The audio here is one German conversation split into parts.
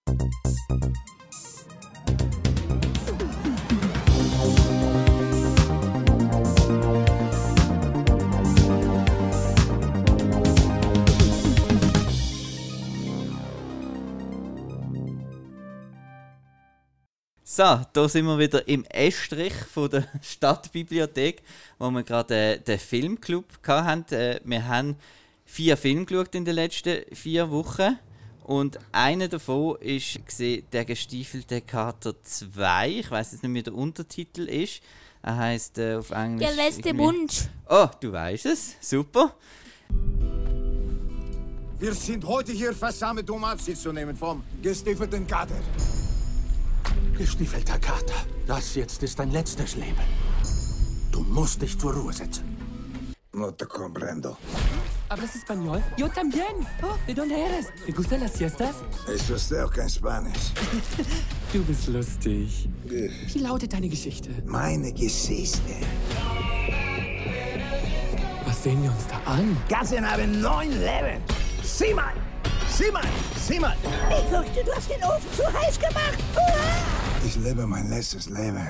So, da sind wir wieder im Estrich von der Stadtbibliothek, wo wir gerade den Filmclub hatten. Wir haben 4 Filme geschaut in den letzten 4 Wochen. Und einer davon war «Der gestiefelte Kater 2». Ich weiss jetzt nicht, wie der Untertitel ist. Er heisst auf Englisch... Der letzte Wunsch. Oh, du weißt es. Super. Wir sind heute hier versammelt, um Abschied zu nehmen vom gestiefelten Kater. Gestiefelter Kater, das jetzt ist dein letztes Leben. Du musst dich zur Ruhe setzen. No te comprendo. ¿Hablas español? Yo también. Oh, ¿de dónde eres? ¿Te gustan las siestas? Ich verstehe kein Spanisch. Du bist lustig. Wie lautet deine Geschichte? Meine Geschichte. Was sehen wir uns da an? Katzen haben 9 Leben. Sieh mal! Sieh mal! Sieh mal! Ich fürchte, du hast den Ofen zu heiß gemacht. Ich lebe mein letztes Leben.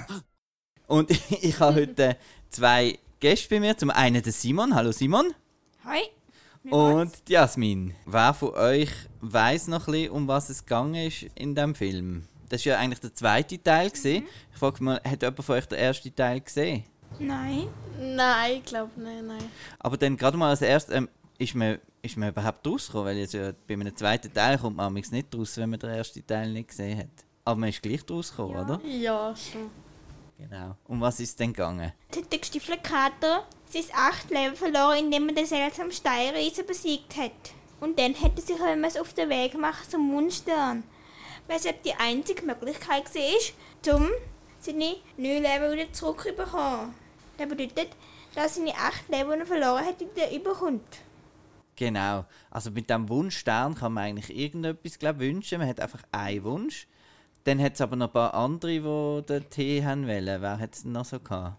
Und ich habe heute 2 Gäste bei mir. Zum einen den Simon. Hallo Simon. Hi. Und die Jasmin. Wer von euch weiss noch ein bisschen, um was es gegangen ist in diesem Film? Das war ja eigentlich der zweite Teil. Ich frage mal, hat jemand von euch den ersten Teil gesehen? Nein. Nein, ich glaube nicht, nein. Aber dann gerade mal als erstes, ist man überhaupt rausgekommen? Weil jetzt ja bei einem zweiten Teil kommt man nicht raus, wenn man den ersten Teil nicht gesehen hat. Aber man ist gleich rausgekommen, Ja. oder? Ja, schon. Genau. Um was ist es denn gegangen? Der gestiefelte Kater sein 8 Leben verloren, indem er den seltsamen Steinriesen besiegt hat. Und dann hätte sich er auf den Weg machen zum Mondstern. Weil es die einzige Möglichkeit war, um seine 9 Leben wieder zurückzubekommen. Das bedeutet, dass seine 8 Leben, die er verloren hat, wieder überkommt. Genau. Also mit diesem Wunschstern kann man eigentlich irgendetwas wünschen. Man hat einfach einen Wunsch. Dann hat es aber noch ein paar andere, die den Tee haben wollen. Wer hat es noch so gehabt?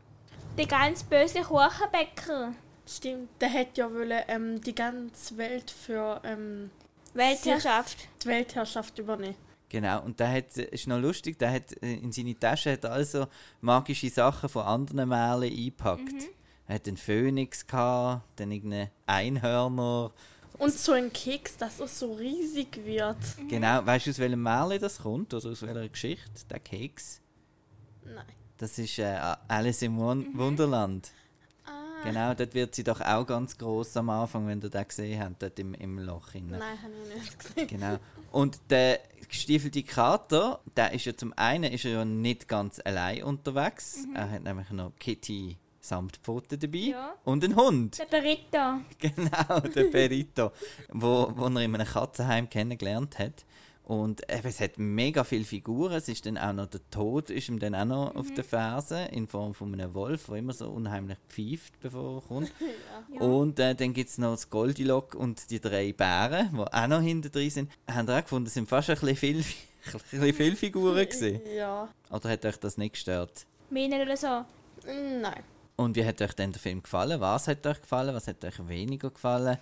Der ganz böse Kuchenbäcker. Stimmt, der hätte ja wollen, die ganze Welt für Weltherrschaft. die Weltherrschaft übernehmen. Genau, und der ist noch lustig, der hat in seine Tasche hat also magische Sachen von anderen Märchen eingepackt. Er hat einen Phönix gehabt, dann irgendeinen Einhörner. Und so ein Keks, dass er so riesig wird. Genau, weißt du, aus welchem Märchen das kommt oder aus welcher Geschichte? Der Keks? Nein. Das ist Alice im Wunderland. Genau, dort wird sie doch auch ganz gross am Anfang, wenn ihr den gesehen habt, dort im Loch. Nein, habe ich nicht gesehen. Genau. Und der gestiefelte Kater, der ist ja zum einen ist er ja nicht ganz allein unterwegs. Er hat nämlich noch Kitty samt Pfoten dabei Ja. und einen Hund. Der Perito. Genau, der Perito, wo er in einem Katzenheim kennengelernt hat. Und es hat mega viele Figuren. Es ist dann auch noch der Tod, ist ihm dann auch noch auf den Fersen in Form von einem Wolf, der immer so unheimlich pfeift, bevor er kommt. Ja. Und dann gibt es noch das Goldilock und die 3 Bären, die auch noch hinten drin sind. Haben ihr auch gefunden, es sind fast ein bisschen viele Figuren gewesen? Ja. Oder hat euch das nicht gestört? Mir nicht oder so. Nein. Und wie hat euch denn der Film gefallen? Was hat euch gefallen? Was hat euch weniger gefallen?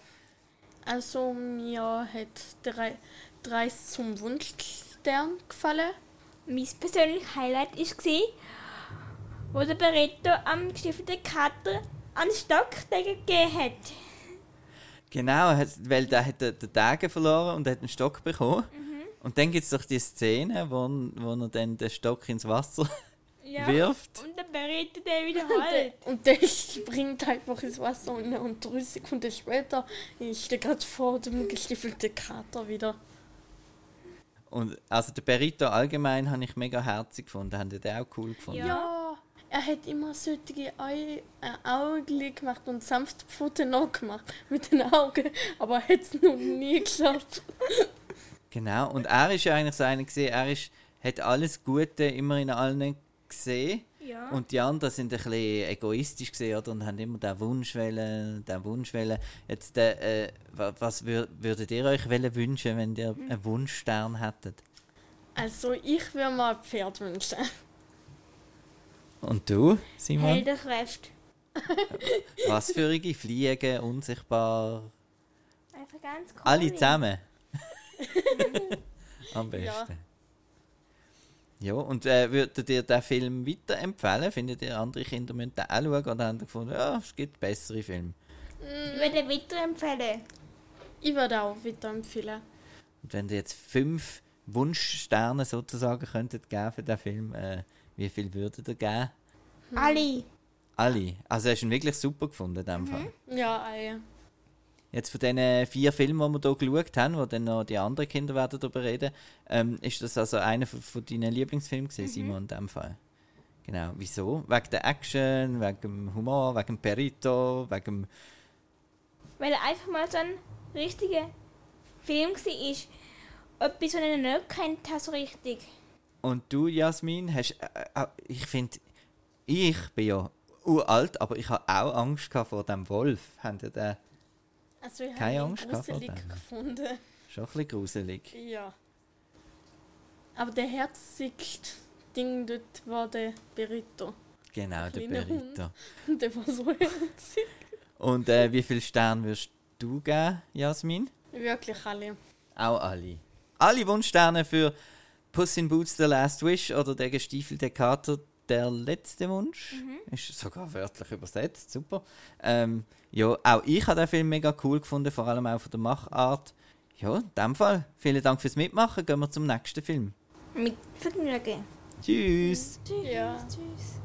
Also mir hat drei zum Wunschstern gefallen. Mein persönliches Highlight war, wo der Perito am gestiefelten Kater einen Stock gegeben hat. Genau, weil der hat den Degen verloren und hat einen Stock bekommen. Und dann gibt es doch die Szene, wo er dann den Stock ins Wasser wirft. Und der Perito den wieder holt. Und der springt einfach ins Wasser und 3 Sekunden später ist der gerade vor dem gestiefelten Kater wieder. Und also der Perito allgemein habe ich mega herzig gefunden. Haben die den auch cool gefunden? Ja, er hat immer solche Augen gemacht und sanfte Pfoten noch gemacht mit den Augen, aber er hat es noch nie geschafft. Genau, und er ist ja eigentlich so einer gewesen, hat alles Gute immer in allen gesehen. Ja. Und die anderen sind ein bisschen egoistisch gesehen, oder? Und haben immer den Wunsch wollen. Jetzt, was würdet ihr euch wünschen, wenn ihr einen Wunschstern hättet? Also ich würde mir ein Pferd wünschen. Und du, Simon? Heldenkraft. Was für Fliegen, unsichtbar, Einfach ganz cool. alle zusammen. Am besten. Ja, und würdet ihr den Film weiterempfehlen? Findet ihr, andere Kinder müssen den auch schauen? Oder habt ihr gefunden, ja, es gibt bessere Filme? Ich würde weiterempfehlen. Ich würde auch weiterempfehlen. Und wenn ihr jetzt 5 Wunschsterne sozusagen könntet geben für den Film, wie viel würdet ihr geben? Alle. Alle. Also hast du ihn wirklich super gefunden in dem Fall. Ja, Ei. Jetzt von diesen 4 Filmen, die wir hier geschaut haben, wo dann noch die anderen Kinder werden darüber reden, ist das also einer von deinen Lieblingsfilmen gewesen, Simon, in dem Fall? Genau. Wieso? Wegen der Action, wegen dem Humor, wegen dem Perito, wegen dem... Weil er einfach mal so ein richtiger Film war. Etwas, was ich noch nicht kennt habe, so richtig. Und du, Jasmin, hast... ich finde, ich bin ja uralt, aber ich habe auch Angst gehabt vor dem Wolf. Habt ihr den Also ich keine habe ihn Angst gehabt vor gruselig dem? gefunden. Schon ein bisschen gruselig. Ja. Aber der herzigste Ding dort war der Perito. Genau, der Kleiner Perito. Der war so herzig. Und wie viele Sterne wirst du geben, Jasmin? Wirklich alle. Auch alle. Alle Wunschsterne für Puss in Boots, The Last Wish oder der gestiefelte Kater, der letzte Wunsch. Ist sogar wörtlich übersetzt, super. Ja, auch ich habe den Film mega cool gefunden, vor allem auch von der Machart. Ja, in dem Fall, vielen Dank fürs Mitmachen. Gehen wir zum nächsten Film. Mit Vergnügen. Tschüss! Ja. Tschüss.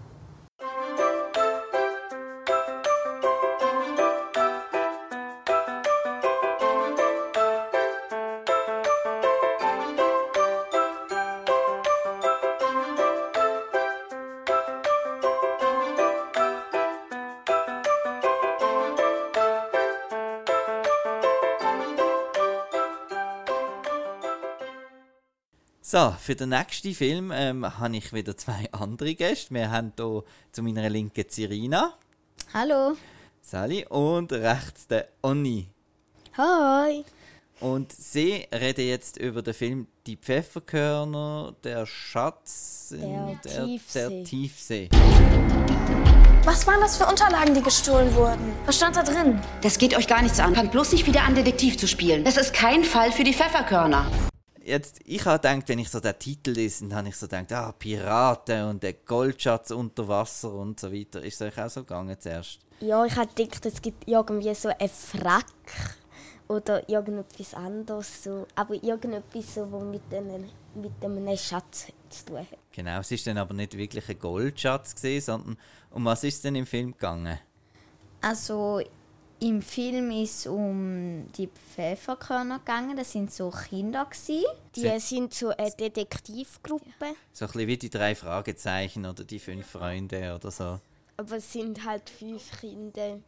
So, für den nächsten Film habe ich wieder 2 andere Gäste. Wir haben hier zu meiner Linken Cirina, Hallo. Sally, und rechts der Onni. Hi. Und sie reden jetzt über den Film Die Pfefferkörner, der Schatz in Der Tiefsee. Tiefsee. Was waren das für Unterlagen, die gestohlen wurden? Was stand da drin? Das geht euch gar nichts an. Fangt bloß nicht wieder an, Detektiv zu spielen. Das ist kein Fall für die Pfefferkörner. Jetzt, ich habe gedacht, wenn ich so den Titel lese, dann habe ich so gedacht, Piraten und der Goldschatz unter Wasser und so weiter. Ist es euch auch so gegangen zuerst? Ja, ich habe gedacht, es gibt irgendwie so einen Frack oder irgendetwas anderes. So. Aber irgendetwas, so, was mit einem Schatz zu tun hat. Genau, es ist dann aber nicht wirklich ein Goldschatz gewesen, sondern um was ist denn im Film gegangen? Also im Film ist es um die Pfefferkörner gegangen. Das sind so Kinder gewesen. Die sind so eine Detektivgruppe. So ein bisschen wie die 3 Fragezeichen oder die 5 Freunde oder so. Aber es sind halt 5 Kinder.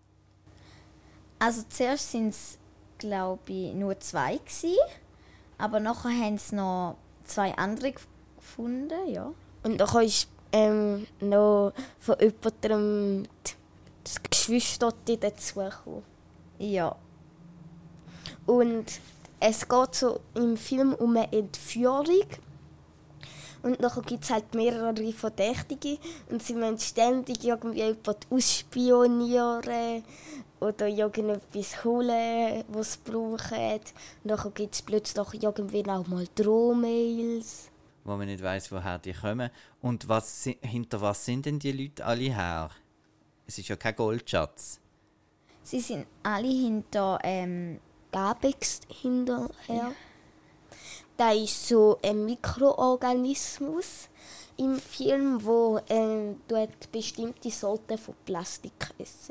Also zuerst sind es, glaube ich, nur 2 gewesen. Aber nachher haben sie noch 2 andere gefunden, ja. Und nachher ist noch von jemandem das Geschwister dazugekommen. Ja. Und es geht so im Film um eine Entführung. Und nachher gibt es halt mehrere Verdächtige. Und sie müssen ständig irgendwie jemanden ausspionieren oder irgendetwas holen, was sie brauchen. Und nachher gibt es plötzlich irgendwie auch mal Drohmails. Wo man nicht weiss, woher die kommen. Und hinter was sind denn die Leute alle her? Es ist ja kein Goldschatz. Sie sind alle hinter Gabex hinterher. Ja. Da ist so ein Mikroorganismus im Film, wo bestimmte Sorten von Plastik essen.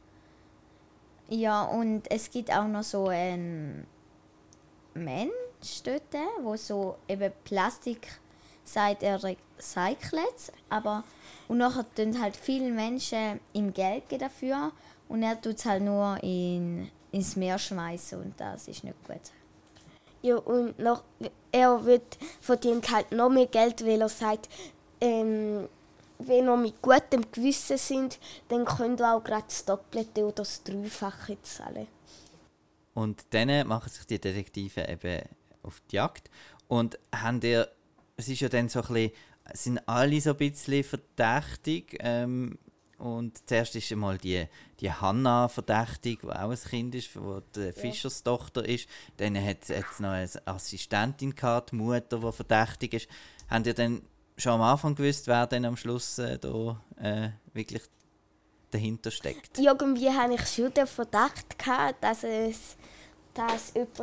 Ja, und es gibt auch noch so einen Mensch dort, wo so eben Plastik sagt, er recycelt, aber und nachher tun halt viele Menschen ihm Geld geben dafür und er tut es halt nur ins Meer schmeißen und das ist nicht gut. Ja, und er verdient halt noch mehr Geld, weil er sagt, wenn er mit gutem Gewissen sind, dann könnt ihr auch gerade das Doppelte oder das Dreifache zahlen. Und dann machen sich die Detektive eben auf die Jagd. Und es ist ja dann so ein bisschen, sind alle so ein bisschen verdächtig. Und zuerst ist einmal die Hannah verdächtig, die auch ein Kind ist, die die Fischerstochter ist. Dann hat es noch eine Assistentin gehabt, die Mutter, die verdächtig ist. Habt ihr dann schon am Anfang gewusst, wer dann am Schluss wirklich dahinter steckt? Irgendwie hatte ich schon den Verdacht gehabt, dass jemand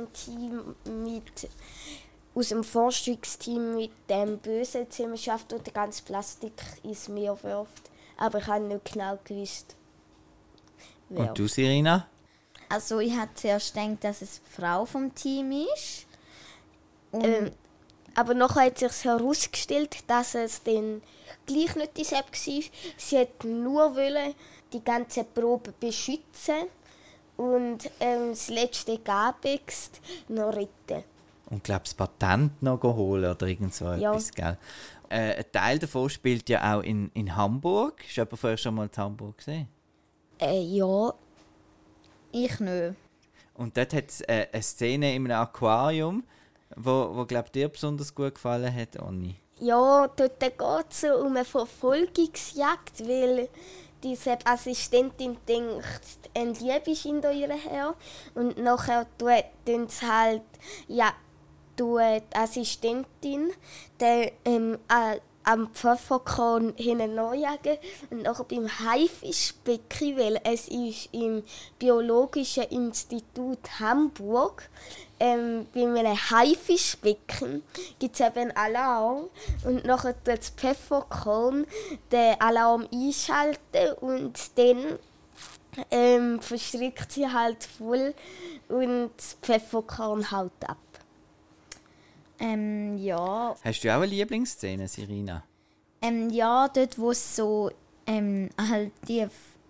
aus dem Forschungsteam mit dem Bösen zusammenarbeitet und den ganzen Plastik ins Meer wirft. Aber ich habe nicht genau gewusst, wer. Und du, Sirina? Also ich habe zuerst gedacht, dass es die Frau vom Team ist. Aber nachher hat sich herausgestellt, dass es dann gleich nicht dieselbe war. Sie wollte nur die ganze Probe beschützen und das letzte Gabex noch retten. Und glaube das Patent noch holen oder irgend so etwas, gell? Ein Teil davon spielt ja auch in Hamburg. Hast du jemand vorher schon mal in Hamburg gesehen? Ja, ich nicht. Und dort hat es eine Szene in einem Aquarium, wo glaube dir besonders gut gefallen hat, Onni. Ja, dort geht es um eine Verfolgungsjagd, weil diese Assistentin denkt, ein Liebe ist hinter ihr her. Und nachher tun sie halt, die Assistentin am Pfefferkorn hineinjagen und nachher beim Haifischbecken, weil es ist im Biologischen Institut Hamburg, bei einem Haifischbecken gibt es eben einen Alarm und nachher tut das Pfefferkorn den Alarm einschalten und dann verstrickt sie halt voll und das Pfefferkorn haut ab. Ja. Hast du auch eine Lieblingsszene, Sirina? Ja, dort wo es so halt die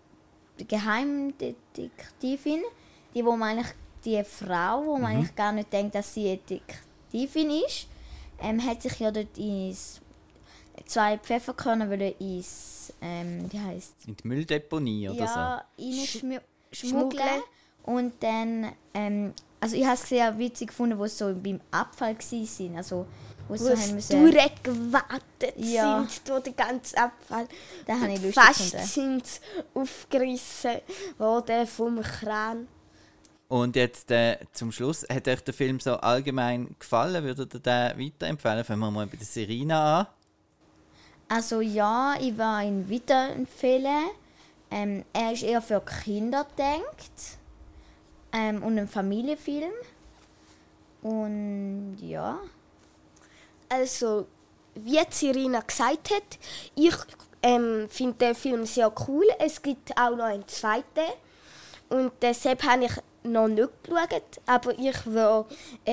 Geheimdetektivin, die Frau, wo man eigentlich gar nicht denkt, dass sie eine Detektivin ist, hat sich ja dort zwei Pfefferkörner ins wie heisst's? In die Mülldeponie oder so? Ja, schmuggeln. Und dann also ich habe es sehr witzig gefunden, wo sie so beim Abfall waren. Also, wo so durchgewartet sind durch den ganzen Abfall. Da habe ich lustig fast gefunden. Sind sie aufgerissen worden vom Kran. Und jetzt zum Schluss, hat euch der Film so allgemein gefallen? Würdet ihr den weiterempfehlen? Fangen wir mal bei der Sirina an. Also ja, ich würde ihn weiterempfehlen. Er ist eher für Kinder gedacht. Und ein Familienfilm. Und ja. Also, wie Sirina gesagt hat, ich finde den Film sehr cool. Es gibt auch noch einen zweiten. Und deshalb habe ich noch nicht geschaut. Aber ich würde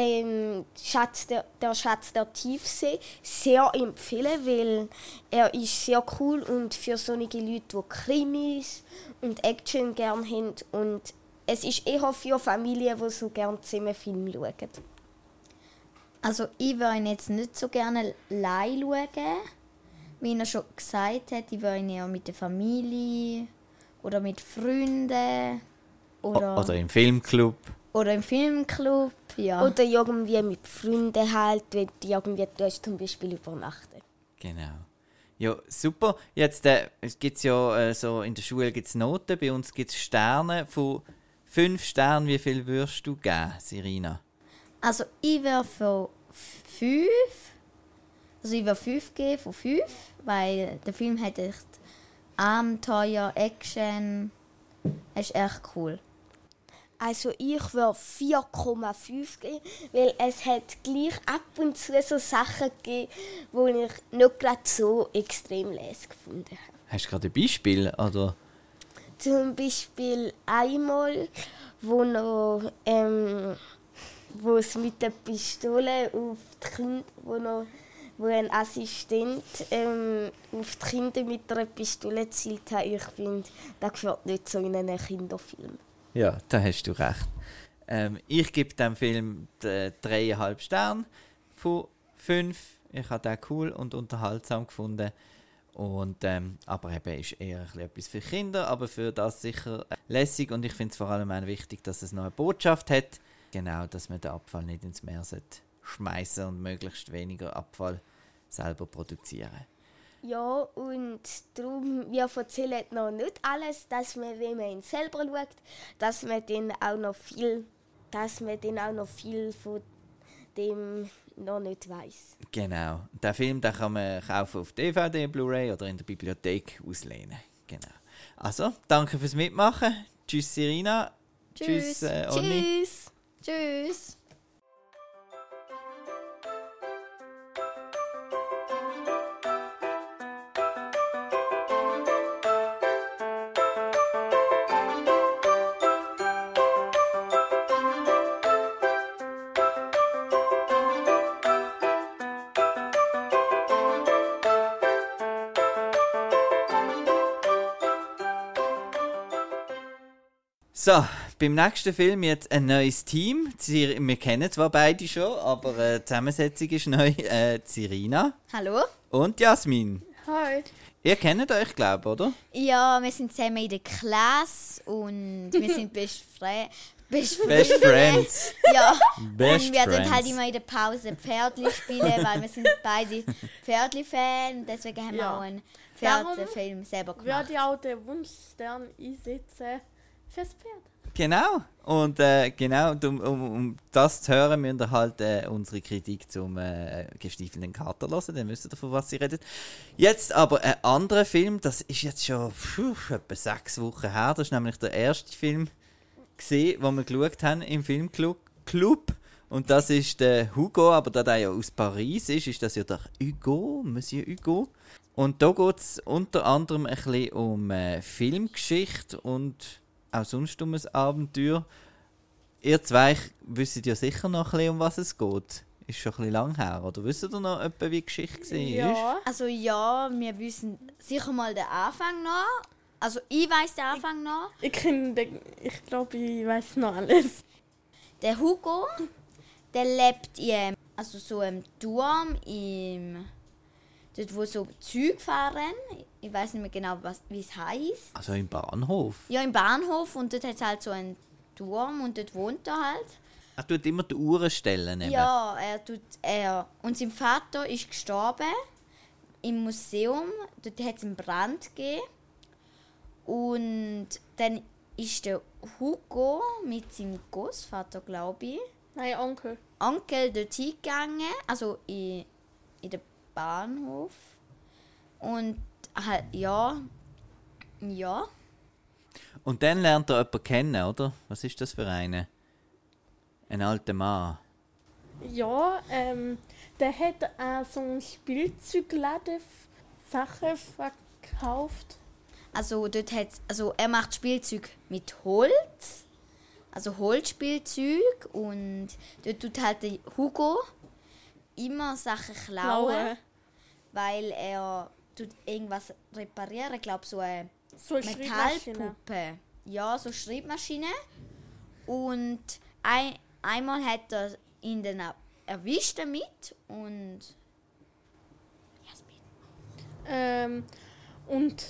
der Schatz der Tiefsee sehr empfehlen, weil er ist sehr cool und für solche Leute, die Krimis und Action gerne haben. Und es ist eher für Familien, die so gerne zusammen Filme schauen. Also ich würde ihn jetzt nicht so gerne allein schauen. Wie er schon gesagt hat, ich würde ihn eher mit der Familie oder mit Freunden. Oder im Filmclub. Oder im Filmclub, ja. Oder irgendwie mit Freunden halt, wenn du irgendwie zum Beispiel übernachten. Genau. Ja, super. Jetzt gibt's ja so in der Schule gibt's Noten, bei uns gibt es Sterne. Von 5 Sternen, wie viel würdest du geben, Sirina? Also ich würde für 5. Also ich würde 5 geben von 5, weil der Film hat echt Abenteuer, Action. Es ist echt cool. Also ich würde 4,5 geben, weil es hat gleich ab und zu so Sachen gegeben, die ich nicht gerade so extrem les gefunden habe. Hast du gerade ein Beispiel? Oder? Zum Beispiel einmal, wo es mit der Pistole auf die Kinder, wo ein Assistent auf die Kinder mit einer Pistole zielt hat. Ich finde, das gehört nicht so in einen Kinderfilm. Ja, da hast du recht. Ich gebe dem Film 3,5 Sterne von 5. Ich habe den cool und unterhaltsam gefunden. Und, aber eben ist eher etwas für Kinder, aber für das sicher lässig. Und ich finde es vor allem auch wichtig, dass es noch eine Botschaft hat. Genau, dass man den Abfall nicht ins Meer schmeißen und möglichst weniger Abfall selber produzieren. Ja, und darum, wir erzählen noch nicht alles, dass man, wenn man ihn selber schaut, dass man dann auch noch viel von dem noch nicht weiss. Genau. Den Film den kann man kaufen auf DVD, Blu-ray oder in der Bibliothek auslehnen. Genau. Also, danke fürs Mitmachen. Tschüss, Irina. Tschüss, Onni. Tschüss. So, beim nächsten Film jetzt ein neues Team. Wir kennen zwar beide schon, aber die Zusammensetzung ist neu. Irina. Hallo. Und Jasmin. Hi. Ihr kennt euch, glaube ich, oder? Ja, wir sind zusammen in der Klasse und wir sind Best Friends. Ja, Best und wir Friends. tun halt immer in der Pause Pferdli spielen, weil wir sind beide Pferdli-Fan. Deswegen haben wir auch einen Pferdefilm selber gemacht. Würde ich auch den Wunschstern einsetzen fürs Pferd. Genau. Und um das zu hören, müsst ihr halt unsere Kritik zum gestiefelten Kater hören. Dann wisst ihr, von was sie redet. Jetzt aber ein anderer Film. Das ist jetzt schon etwa 6 Wochen her. Das ist nämlich der erste Film, den wir geschaut haben im Filmclub. Und das ist der Hugo. Aber da der ja aus Paris ist das ja der Hugo, Monsieur Hugo. Und da geht es unter anderem ein bisschen um Filmgeschichte und auch sonst um ein Abenteuer. Ihr zwei wisst ja sicher noch ein bisschen, um was es geht. Ist schon ein bisschen lang her, oder wisst ihr noch etwa, wie die Geschichte war? Ja. Also ja, wir wissen sicher mal den Anfang noch. Also ich weiss den Anfang noch. Ich glaube, ich weiß noch alles. Der Hugo, der lebt in so einem Turm, dort wo so Züge fahren. Ich weiß nicht mehr genau, wie es heisst. Also im Bahnhof? Ja, im Bahnhof. Und dort hat es halt so einen Turm und dort wohnt er halt. Er tut immer die Uhren stellen. Eben. Ja, er. Und sein Vater ist gestorben im Museum. Dort hat es einen Brand gegeben. Und dann ist der Hugo mit seinem Großvater, glaube ich. Nein, Onkel. Dort hingegangen, also in den Bahnhof. Und halt, ja. Und dann lernt er jemanden kennen, oder? Was ist das für eine? Ein alter Mann. Ja, der hat so einen Spielzeugladen Sachen verkauft. Also er macht Spielzeug mit Holz. Also Holzspielzeug. Und dort tut halt der Hugo immer Sachen klauen. Weil er tut irgendwas reparieren. Ich glaube, so eine Metallpuppe. Ja, so Schreibmaschine. Und einmal hat er ihn dann erwischt damit und und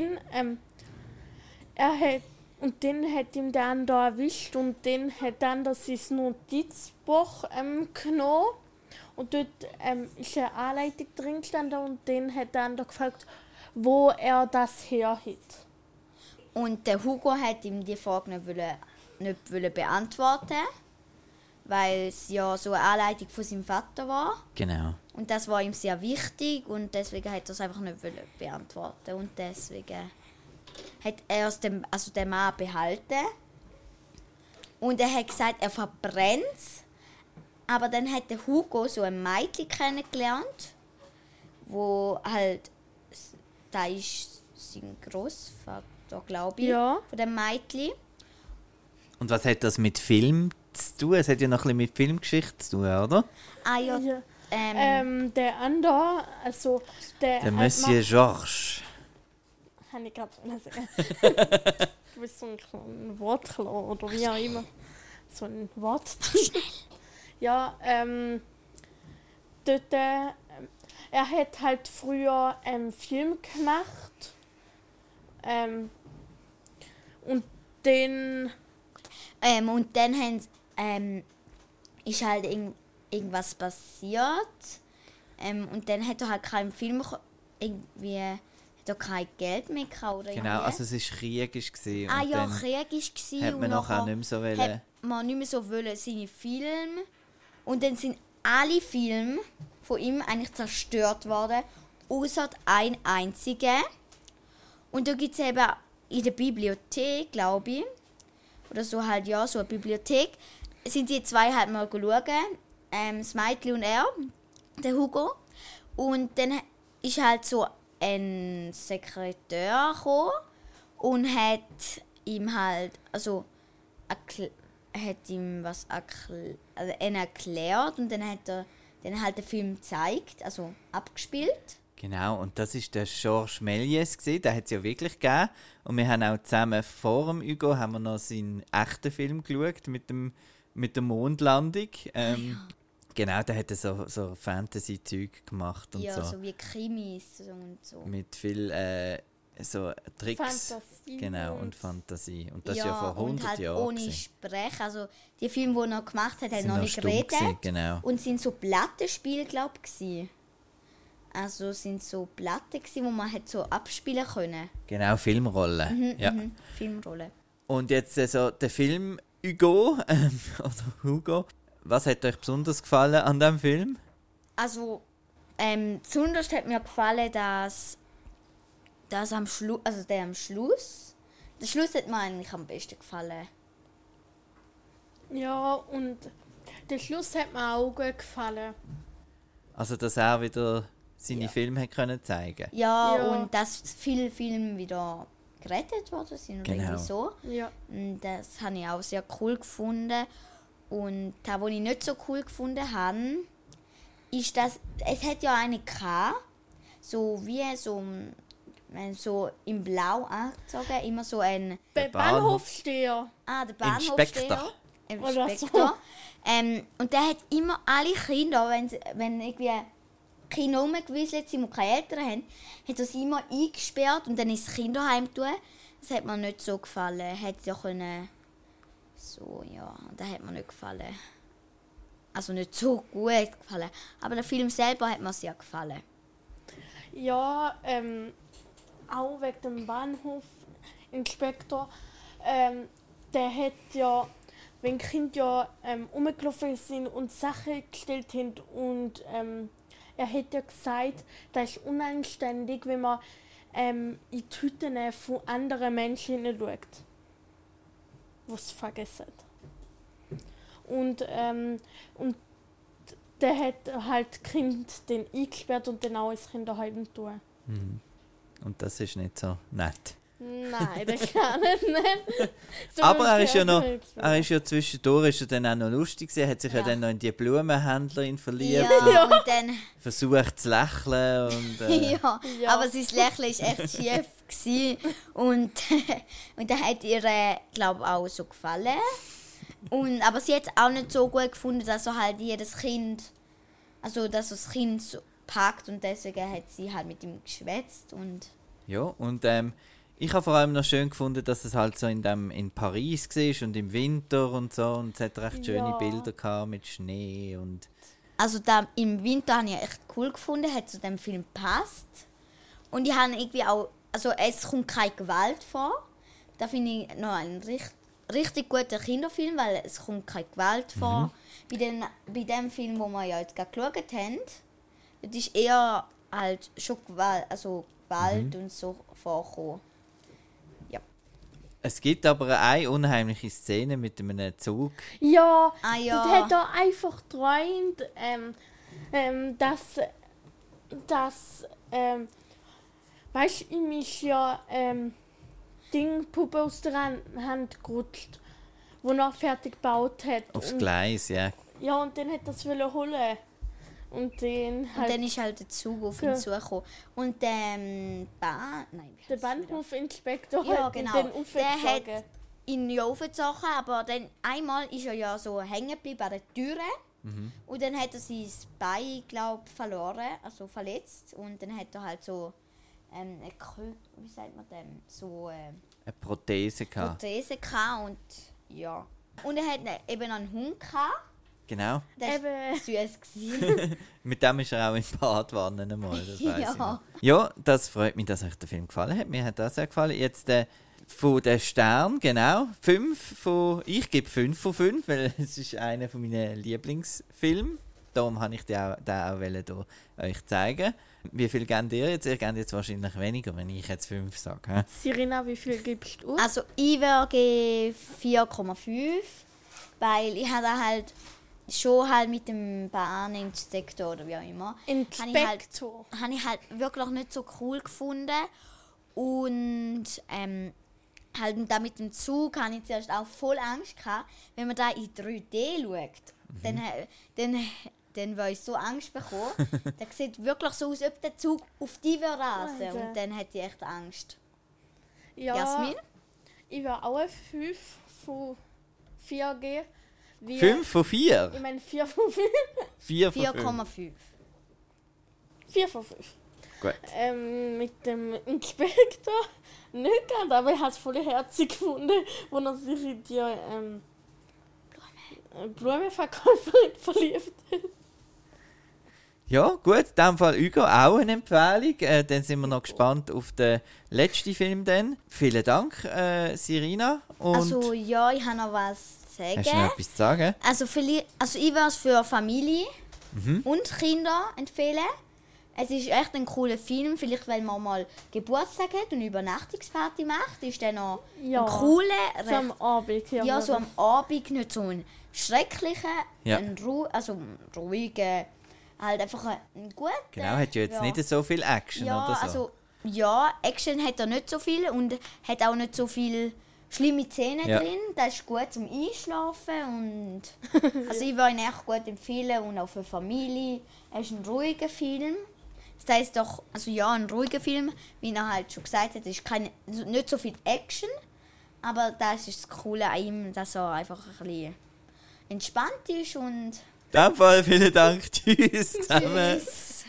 den hat ihm dann da erwischt und den hat dann das sein Notizbuch genommen. Und dort ist eine Anleitung drin gestanden und den hat dann da gefragt, wo er das her hat. Und der Hugo hat ihm die Frage nicht beantworten, weil es ja so eine Anleitung von seinem Vater war. Genau. Und das war ihm sehr wichtig und deswegen hat er es einfach nicht beantworten. Und deswegen hat er es den Mann behalten. Und er hat gesagt, er verbrennt es. Aber dann hat der Hugo so ein Mädchen kennengelernt, wo halt, da ist sein Großvater, glaube ich, von dem Mädchen. Und was hat das mit Film zu tun? Es hat ja noch ein bisschen mit Filmgeschichte zu tun, oder? Ah ja. Der andere, also der Monsieur Georges. Habe ich gerade sagen. Du bist so ein Wortklau oder wie auch immer. So ein Wort. Ja, dort, er hat halt früher einen Film gemacht. Und dann ist halt irgendwas passiert. Und dann hat er halt keinen Film irgendwie hat er kein Geld mehr gehabt, oder Genau, irgendwie. also es war kriegisch. Krieg und dann war. hat man nachher nicht mehr so wollen. Hat man nicht mehr so wollen, seine Filme. Und dann sind alle Filme von ihm eigentlich zerstört worden, außer ein einziger. Und da gibt es eben in der Bibliothek, glaube ich, oder so halt, ja, so eine Bibliothek, sind die zwei halt mal schauen, das Mädchen und er, der Hugo. Und dann ist halt so ein Sekretär gekommen und hat ihm halt, also hat ihm was erklärt und dann hat er dann halt den Film gezeigt, also abgespielt. Genau, und das war der Georges Méliès, der hat es ja wirklich gegeben. Und wir haben auch zusammen vor dem Hugo haben wir noch seinen echten Film geschaut mit der Mondlandung. Genau, der hat so Fantasy-Zeug gemacht und ja, so. so wie Krimis und so. Mit viel so Tricks. Fantasie. Genau, und Fantasie. Und das ja vor 100 und halt Jahren. ohne gewesen. Sprech. Also die Filme, die er gemacht hat, hat Sind noch noch nicht stumm geredet. gewesen, genau. Und sind so Plattenspiele, glaube ich. Also sind so Platten, die man hat so abspielen können. Genau, Filmrolle. Ja. Filmrolle. Und jetzt so der Film Hugo, oder Hugo. Was hat euch besonders gefallen an diesem Film? Also, besonders hat mir gefallen, dass am Schluss, also der Schluss hat mir eigentlich am besten gefallen. Ja, und der Schluss hat mir auch gut gefallen. Also, dass er wieder seine Filme hat können zeigen. Ja, Ja. und dass viele Filme wieder gerettet worden sind oder Genau. irgendwie so. Ja. Und das habe ich auch sehr cool gefunden. Und das, was ich nicht so cool gefunden habe, ist, dass es hat ja eine gehabt, so wie so in Blau angezogen, immer so ein... Der Bahnhofsteher. Der Bahnhofsteher. Inspektor. Und der hat immer alle Kinder, wenn irgendwie Kinder rumgewieselt sind und keine Eltern haben, hat er sie immer eingesperrt und dann ins Kinderheim tun. Das hat mir nicht so gefallen. Hätte ja können... So, ja, das hat mir nicht gefallen. Also nicht so gut gefallen. Aber der Film selber hat mir sehr gefallen. Ja, auch wegen dem Bahnhofinspektor. Der hat ja, wenn Kinder rumgelaufen sind und Sachen gestellt haben und er hat ja gesagt, das ist unanständig, wenn man in die Hütten von anderen Menschen hineinschaut, die es vergessen. Und der hat halt Kind den eingesperrt und dann auch ins Kinderheim tun. Und das ist nicht so nett. Nein, das kann ich nicht. So Aber er ist ja kann noch, ich nicht. er ist ja zwischendurch ist er dann auch noch lustig gewesen. Er hat sich ja dann noch in die Blumenhändlerin verliebt Ja, und und dann... versucht zu lächeln und Ja, aber sein Lächeln war echt schief gewesen. Und das hat ihr, glaube ich, auch so gefallen. Aber sie hat es auch nicht so gut gefunden, dass er halt jedes Kind, also dass er das Kind so packt und deswegen hat sie halt mit ihm geschwätzt und... ja, und ich habe vor allem noch schön gefunden, dass es halt so in Paris war und im Winter und so und es hat recht schöne Ja. Bilder gehabt mit Schnee und Also da, im Winter habe ich echt cool gefunden, hat zu dem Film gepasst. Und ich habe irgendwie auch, also es kommt keine Gewalt vor. Da finde ich noch einen richtig guten Kinderfilm, weil es kommt keine Gewalt vor. Bei dem Film, wo wir ja jetzt gerade geschaut haben, das ist eher halt schon Gewalt und so vorgekommen. es gibt aber eine unheimliche Szene mit einem Zug. Ja, Ja. das hat er einfach geträumt, dass weißt du, ihm ist ja Puppe aus der Hand gerutscht, wo er fertig gebaut hat. Aufs Und- Gleis, ja. Ja, und dann hat er es holen. Und den Und halt dann ist halt der Zug auf ihn zugekommen. Und der der Bahnhofinspektor Ja, hat ihn genau. dann Der hat aufgezogen. ihn ja aufgezogen, aber dann einmal ist er ja so hängen geblieben an der Türe. Und dann hat er sein Bein, glaube ich, verloren, also verletzt. Und dann hat er halt so wie sagt man dem? So Eine Prothese gehabt. Prothese gehabt und ja. Und er hat eben einen Hund gehabt. Genau. Das war süß. Mit dem ist er auch in Badwanne einmal, das weiss Ja. ich noch. Ja, das freut mich, dass euch der Film gefallen hat. Mir hat das sehr gefallen. Jetzt von den Sternen, genau. Ich gebe 5 von 5, weil es ist einer von meinen Lieblingsfilmen. Darum wollte ich den auch hier euch zeigen. Wie viel gebt ihr jetzt? Ihr gebt jetzt wahrscheinlich weniger, wenn ich jetzt 5 sage. He? Sirina, wie viel gibst du? Also ich würde 4,5, weil ich habe halt schon halt mit dem Bahninspektor oder wie auch immer, Inspektor. habe ich halt wirklich nicht so cool gefunden. Und halt da mit dem Zug hatte ich zuerst auch voll Angst gehabt. Wenn man da in 3D schaut, dann war ich so Angst bekommen. Das sieht wirklich so aus, als ob der Zug auf die rasen würde. Und dann hätte ich echt Angst. Ja, Jasmin? Ich würde auch 5 von 4 geben. 5 von 4? Ich meine 4 von 5. 4 von 5. 4,5. 4 von 5. Gut. Mit dem Inspektor nicht ganz, aber ich habe es voll herzig gefunden, wo er sich in die Blumenverkäuferin verliebt hat. Ja, gut, in diesem Fall Hugo auch eine Empfehlung. Dann sind wir noch gespannt auf den letzten Film. Dann. Vielen Dank, Sirina. Und Also ja, ich habe noch was zu sagen. hast du noch etwas zu sagen? Also ich würde es für Familie und Kinder empfehlen. Es ist echt ein cooler Film. Vielleicht, weil man mal Geburtstag hat und eine Übernachtungsparty macht, ist dann noch ein cooler. So am Abend. Ja, so am Abend, nicht so ein schrecklicher, Ja. ein ruhiger, halt einfach ein guter. Genau, hat ja jetzt nicht so viel Action Ja, oder so. also ja, Action hat er nicht so viel und hat auch nicht so viel schlimme Szenen drin. Das ist gut zum Einschlafen und also ich würde ihn echt gut empfehlen und auch für Familie. Er ist ein ruhiger Film. Das heisst doch, also ja, ein ruhiger Film, wie er halt schon gesagt hat, ist nicht so viel Action, aber das ist das Coole an ihm, dass er einfach ein bisschen entspannt ist und In diesem Fall vielen Dank. Tschüss zusammen. Tschüss.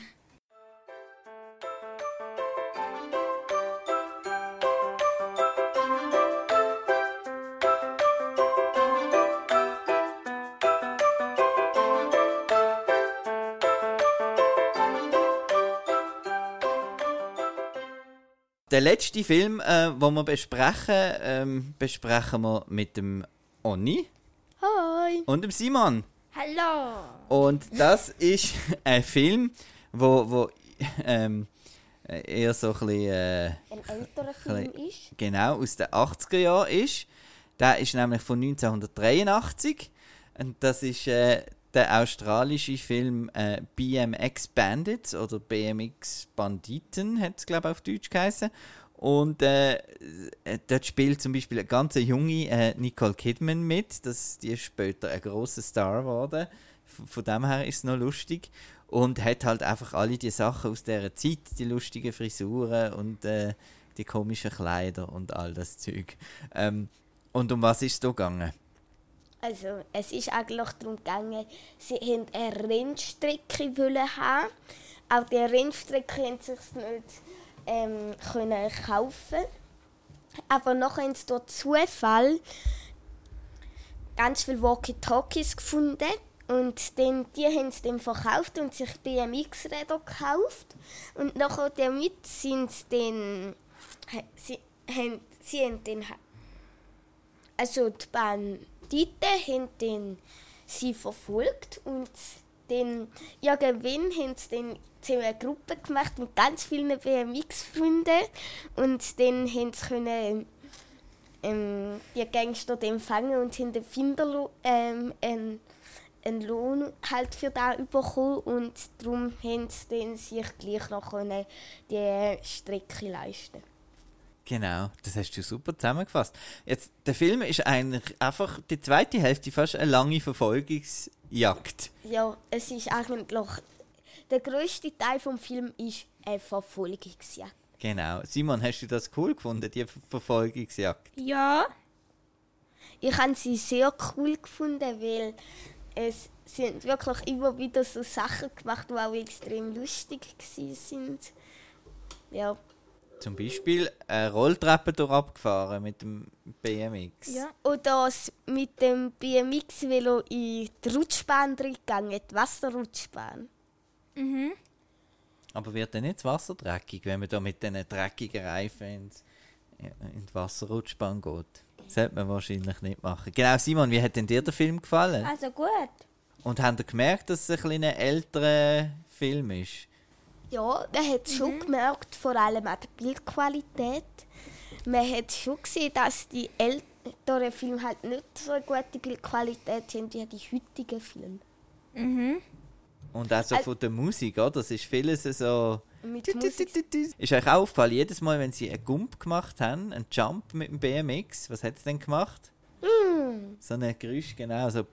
Den letzten Film, den wir besprechen, besprechen wir mit dem Onni Hoi. und dem Simon. Hallo. Und das ist ein Film, wo eher so ein bisschen, Ein älterer Film ist. genau, aus den 80er Jahren ist. Der ist nämlich von 1983. Und das ist der australische Film BMX Bandits oder BMX Banditen, hat es glaube ich auf Deutsch geheißen. Und dort spielt zum Beispiel eine ganz junge Nicole Kidman mit. Die ist später ein grosser Star geworden. Von dem her ist es noch lustig. Und hat halt einfach alle die Sachen aus dieser Zeit, die lustigen Frisuren und die komischen Kleider und all das Zeug. Und um was ist es da gegangen? Also, es ist eigentlich darum gegangen, sie wollten eine Rennstrecke haben. Auch die Rennstrecke konnten sie sich nicht können kaufen. Aber nachher haben sie durch Zufall ganz viele Walkie-Talkies gefunden. Und die haben sie dann verkauft und sich BMX-Räder gekauft. Und nachher damit sind sie dann... Sie haben dann... Also die Banditen haben dann sie verfolgt und dann irgendwann haben sie dann zu einer Gruppe gemacht mit ganz vielen BMX-Freunden und dann haben sie können, die Gangster dann fangen und haben den Finder einen Lohn halt für das bekommen und darum haben sie dann sich gleich noch die Strecke leisten. Genau, das hast du super zusammengefasst. Jetzt, der Film ist eigentlich einfach die zweite Hälfte fast eine lange Verfolgungsjagd. Ja, es ist eigentlich der grösste Teil des Films ist eine Verfolgungsjagd. Genau. Simon, hast du das cool gefunden, die Verfolgungsjagd? Ja. Ich habe sie sehr cool gefunden, weil es sind wirklich immer wieder so Sachen gemacht, die auch extrem lustig waren. Ja. Zum Beispiel eine Rolltreppe durch abgefahren mit dem BMX. Ja. Oder mit dem BMX-Velo in die Rutschbahn reingegangen, die Wasserrutschbahn. Mhm. Aber wird dann nicht das Wasser dreckig, wenn man da mit diesen dreckigen Reifen in die Wasserrutschbahn geht? Das sollte man wahrscheinlich nicht machen. Genau, Simon, wie hat denn dir der Film gefallen? Also gut. Und habt ihr gemerkt, dass es ein älterer Film ist? Ja, man hat es schon gemerkt, vor allem an der Bildqualität. Man hat schon gesehen, dass die älteren Filme halt nicht so eine gute Bildqualität haben wie die heutigen Filme. Mhm. Und auch so von der Musik, oder? Das ist vieles so... Mit Musik. Ist euch auch aufgefallen, jedes Mal, wenn sie einen Gump gemacht haben, einen Jump mit dem BMX, was hat es denn gemacht? So ein Geräusch, genau, so...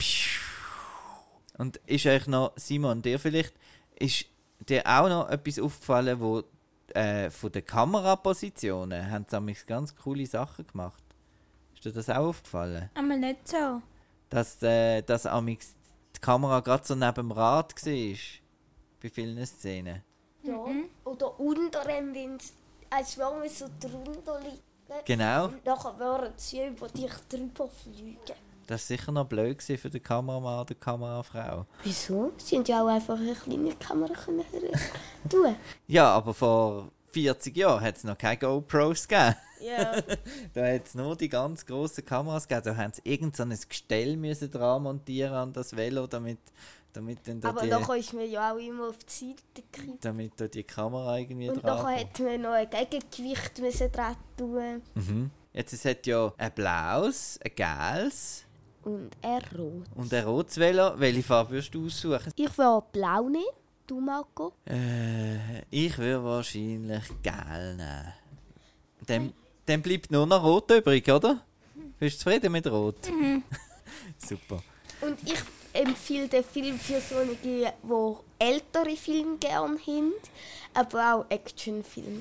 Und ist euch noch, Simon, dir vielleicht... Ist dir auch noch etwas aufgefallen, wo von den Kamerapositionen haben sie amigs ganz coole Sachen gemacht? Ist dir das auch aufgefallen? Aber nicht so. Dass amigs die Kamera gerade so neben dem Rad war, bei vielen Szenen. Ja. Oder unter ihm, als würden wir so drunter liegen. Genau. Und nachher würden sie über dich drüber fliegen. Das war sicher noch blöd für den Kameramann oder die Kamerafrau. Wieso? Sie haben ja auch einfach eine kleine Kamera tun. Ja, aber vor 40 Jahren hat es noch keine GoPros gegeben. Ja. Da hat es nur die ganz grossen Kameras gegeben. Da haben sie irgend so ein Gestell müssen dran montieren an das Velo, damit dann da aber nachher ist man ja auch immer auf die Seite gekippt. damit da die Kamera irgendwie Und dran nachher hat man noch ein Gegengewicht müssen dran tun. Jetzt, es hat ja ein blaues, ein gelbes Und ein rot. und ein rotes Velo. Welche Farbe würdest du aussuchen? Ich will blau nehmen. Du, Marco? Ich würde wahrscheinlich gelb nehmen. Dann bleibt nur noch rot übrig, oder? Bist du zufrieden mit rot? Super. Und ich empfehle den Film für solche, die ältere Filme gerne haben, aber auch Actionfilme.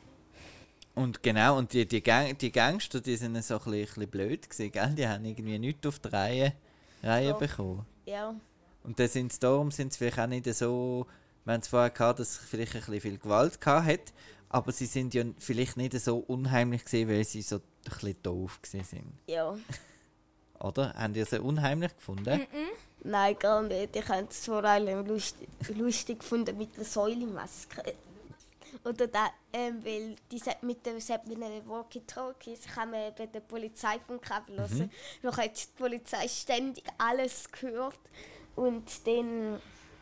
Und genau, und die Gangster, die sind so ein bisschen blöd gewesen, gell? Die haben irgendwie nichts auf die Reihe bekommen. Ja. Und dann darum sind sie vielleicht auch nicht so, wir haben es vorher gehabt, dass es vielleicht ein bisschen viel Gewalt gehabt hat, aber sie sind ja vielleicht nicht so unheimlich gewesen, weil sie so ein bisschen doof gewesen sind. Ja. Oder? Habt ihr sie unheimlich gefunden? Nein, gar nicht. Ich habe es vor allem lustig gefunden mit der Säulemaske. Oder da, weil mit den Walkie-Talkies kann man eben den Polizeifunk hören. Noch hat die Polizei ständig alles gehört. Und dann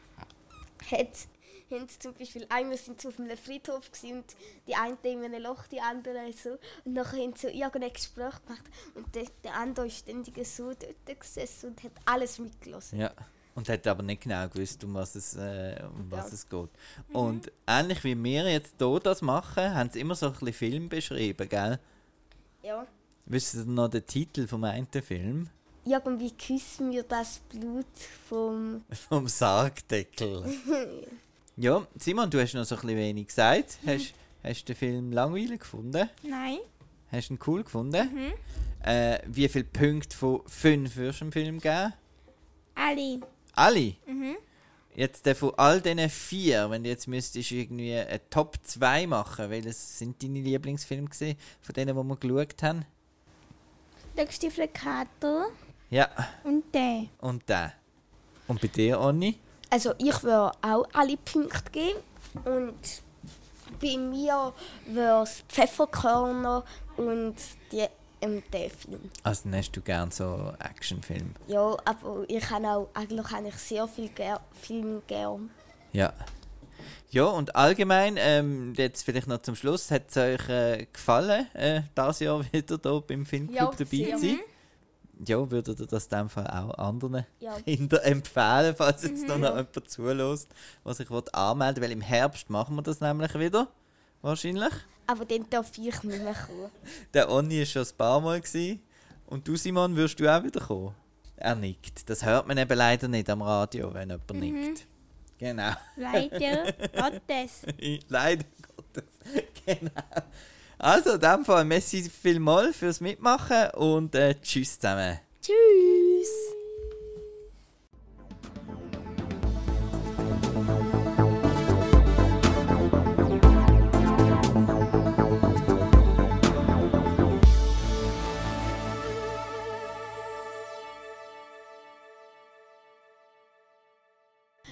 haben sie zum Beispiel, einmal sind sie auf einem Friedhof gewesen, und die eine in einem Loch, die andere so. Und nachher haben sie irgendein Gespräch gemacht und der andere ist ständig so dort gesessen und hat alles mitgelassen. Ja. Und hat aber nicht genau gewusst, um was es geht. Und ähnlich wie wir jetzt hier das machen, haben sie immer so ein bisschen Film beschrieben, gell? Ja. Wisst ihr noch den Titel vom einen Film? Irgendwie küssen wir das Blut vom Sargdeckel. Ja, Simon, du hast noch so ein bisschen wenig gesagt. Hast du den Film langweilig gefunden? Nein. Hast du ihn cool gefunden? Wie viele Punkte von 5 würdest du dem Film geben? Alle. Alle? Jetzt von all diesen 4, wenn du jetzt müsstest irgendwie eine Top 2 machen, welches sind deine Lieblingsfilme gewesen, von denen, die wir geschaut haben? Der gestiefelte Kater. Ja. Und der. Und der. Und bei dir, Onni? Also ich würde auch alle Punkte geben. Und bei mir wäre es Pfefferkörner und der Film. Also dann hast du gerne so Actionfilme? Ja, aber ich habe eigentlich sehr viel Filme gern. Ja. Ja, und allgemein, jetzt vielleicht noch zum Schluss, hat es euch gefallen, dieses Jahr wieder hier beim Filmclub dabei zu sein? Ja, würdet ihr das in dem Fall auch anderen Kindern empfehlen, falls jetzt noch jemand zulässt, was sich anmelden will? Weil im Herbst machen wir das nämlich wieder, wahrscheinlich. Aber dann darf ich nicht mehr kommen. Der Onni war schon ein paar Mal gewesen. Und du, Simon, wirst du auch wieder kommen? Er nickt. Das hört man eben leider nicht am Radio, wenn jemand nickt. Genau. Leider Gottes. Leider Gottes. Genau. Also, in dem Fall, merci vielmals fürs Mitmachen und tschüss zusammen. Tschüss.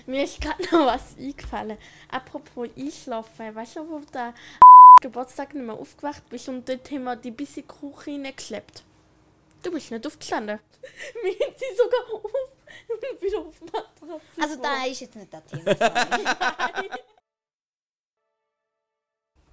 Mir ist gerade noch was eingefallen. Apropos Einschlafen. Weißt du, wo du am Geburtstag nicht mehr aufgewacht bist und dort haben wir die bisschen Kuchen reingeschleppt? Du bist nicht aufgestanden. Wir haben sie sogar auf und wieder auf die Matratze. Also da ist jetzt nicht das Thema.